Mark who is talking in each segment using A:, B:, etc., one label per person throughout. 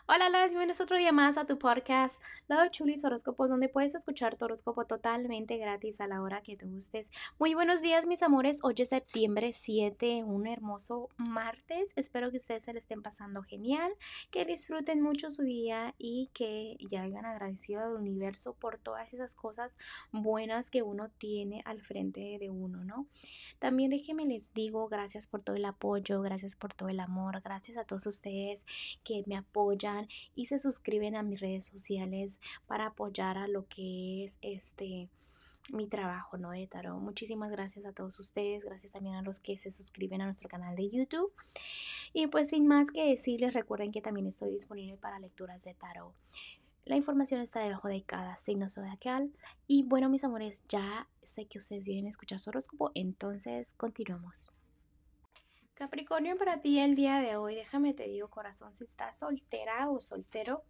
A: Hola, Lara, bienvenidos otro día más a tu podcast Love Chulis Horóscopos, donde puedes escuchar tu horóscopo totalmente gratis a la hora que te gustes. Muy buenos días, mis amores. Hoy es septiembre 7, un hermoso martes. Espero que ustedes se le estén pasando genial, que disfruten mucho su día y que ya hayan agradecido al universo por todas esas cosas buenas que uno tiene al frente de uno, ¿no? También déjenme les digo gracias por todo el apoyo, gracias por todo el amor, gracias a todos ustedes que me apoyan y se suscriben a mis redes sociales para apoyar a lo que es mi trabajo, ¿no? De tarot. Muchísimas gracias a todos ustedes, gracias también a los que se suscriben a nuestro canal de YouTube. Y pues sin más que decirles, recuerden que también estoy disponible para lecturas de tarot. La información está debajo de cada signo zodiacal. Y bueno, mis amores, ya sé que ustedes vienen a escuchar su horóscopo, entonces continuamos. Capricornio, para ti el día de hoy, déjame te digo, corazón, si estás soltera o soltero,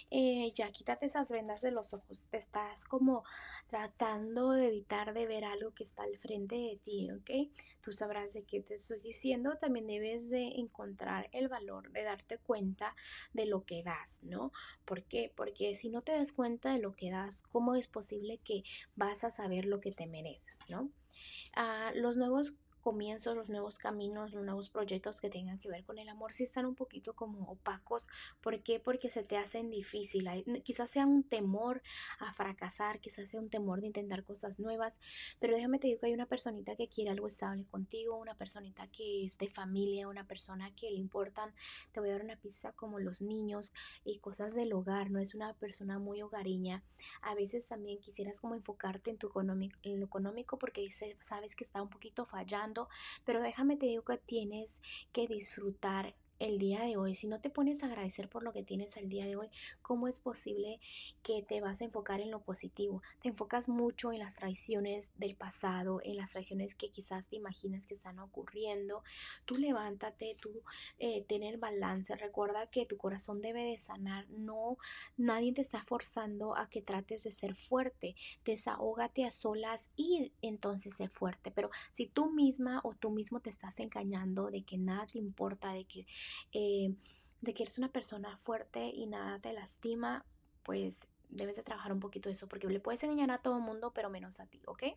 A: ya quítate esas vendas de los ojos. Te estás como tratando de evitar de ver algo que está al frente de ti, ¿ok? Tú sabrás de qué te estoy diciendo. También debes de encontrar el valor de darte cuenta de lo que das, ¿no? ¿Por qué? Porque si no te das cuenta de lo que das, ¿cómo es posible que vas a saber lo que te mereces, ¿no? Los nuevos comienzos, los nuevos caminos, los nuevos proyectos que tengan que ver con el amor sí están un poquito como opacos. ¿Por qué? Porque se te hacen difícil. Quizás sea un temor a fracasar, quizás sea un temor de intentar cosas nuevas, pero déjame te digo que hay una personita que quiere algo estable contigo, una personita que es de familia, una persona que le importan, te voy a dar una pista, como los niños y cosas del hogar, no es una persona muy hogareña. A veces también quisieras como enfocarte en lo económico porque sabes que está un poquito fallando, pero déjame te digo que tienes que disfrutar el día de hoy. Si no te pones a agradecer por lo que tienes el día de hoy, ¿cómo es posible que te vas a enfocar en lo positivo? Te enfocas mucho en las traiciones del pasado, en las traiciones que quizás te imaginas que están ocurriendo. Tú levántate, tú tener balance. Recuerda que tu corazón debe de sanar. No, nadie te está forzando a que trates de ser fuerte. Desahógate a solas y entonces sé fuerte. Pero si tú misma o tú mismo te estás engañando de que nada te importa, eh, de que eres una persona fuerte y nada te lastima, pues debes de trabajar un poquito de eso, porque le puedes engañar a todo el mundo, pero menos a ti, ¿ok?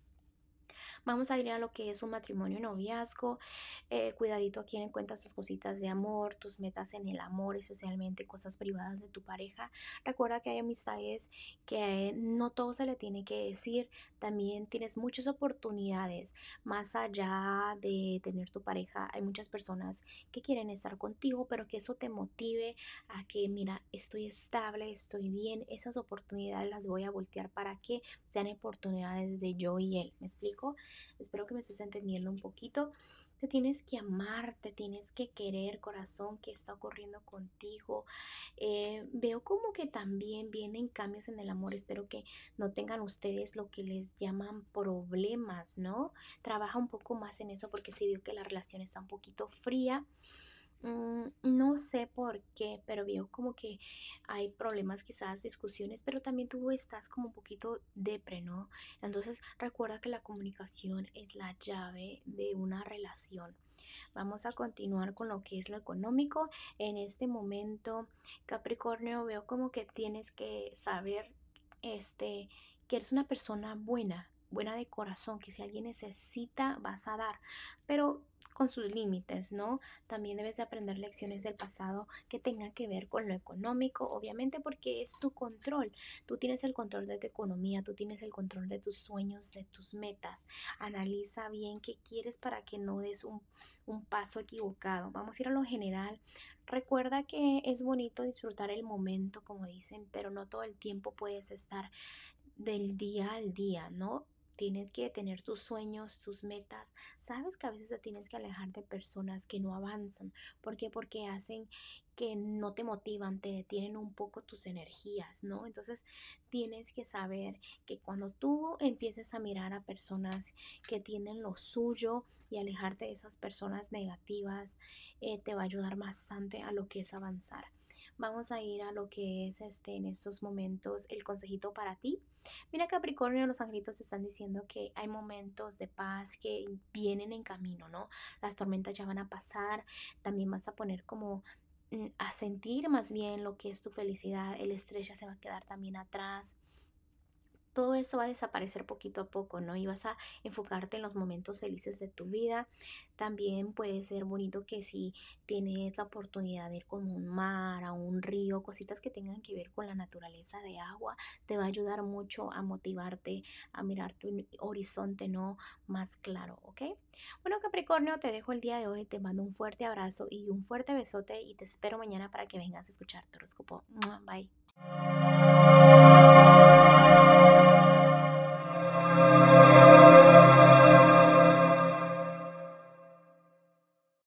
A: Vamos a ir a lo que es un matrimonio y noviazgo. Cuidadito a quien cuentas tus cositas de amor, tus metas en el amor, especialmente cosas privadas de tu pareja. Recuerda que hay amistades que no todo se le tiene que decir. También tienes muchas oportunidades más allá de tener tu pareja. Hay muchas personas que quieren estar contigo, pero que eso te motive a que, mira, estoy estable, estoy bien. Esas oportunidades las voy a voltear para que sean oportunidades de yo y él. ¿Me explico? Espero que me estés entendiendo un poquito. Te tienes que amar, te tienes que querer, corazón, qué está ocurriendo contigo. Veo como que también vienen cambios en el amor. Espero que no tengan ustedes lo que les llaman problemas, ¿no? Trabaja un poco más en eso porque sí veo que la relación está un poquito fría. No sé por qué, pero veo como que hay problemas, quizás discusiones, pero también tú estás como un poquito depre, ¿no? Entonces recuerda que la comunicación es la llave de una relación. Vamos a continuar con lo que es lo económico. En este momento, Capricornio, veo como que tienes que saber que eres una persona buena, buena de corazón, que si alguien necesita, vas a dar, pero con sus límites, ¿no? También debes de aprender lecciones del pasado que tengan que ver con lo económico, obviamente porque es tu control. Tú tienes el control de tu economía, tú tienes el control de tus sueños, de tus metas. Analiza bien qué quieres para que no des un paso equivocado. Vamos a ir a lo general. Recuerda que es bonito disfrutar el momento, como dicen, pero no todo el tiempo puedes estar del día al día, ¿no? Tienes que tener tus sueños, tus metas. Sabes que a veces te tienes que alejar de personas que no avanzan. ¿Por qué? Porque hacen que no te motivan, te detienen un poco tus energías, ¿no? Entonces tienes que saber que cuando tú empieces a mirar a personas que tienen lo suyo y alejarte de esas personas negativas, te va a ayudar bastante a lo que es avanzar. Vamos a ir a lo que es en estos momentos el consejito para ti. Mira, Capricornio, los angelitos están diciendo que hay momentos de paz que vienen en camino, ¿no? Las tormentas ya van a pasar, también vas a poner como a sentir más bien lo que es tu felicidad, el estrés ya se va a quedar también atrás. Todo eso va a desaparecer poquito a poco, ¿no? Y vas a enfocarte en los momentos felices de tu vida. También puede ser bonito que si tienes la oportunidad de ir como a un mar, a un río, cositas que tengan que ver con la naturaleza de agua, te va a ayudar mucho a motivarte, a mirar tu horizonte, ¿no? Más claro, ¿ok? Bueno, Capricornio, te dejo el día de hoy, te mando un fuerte abrazo y un fuerte besote y te espero mañana para que vengas a escuchar tu horóscopo. Bye.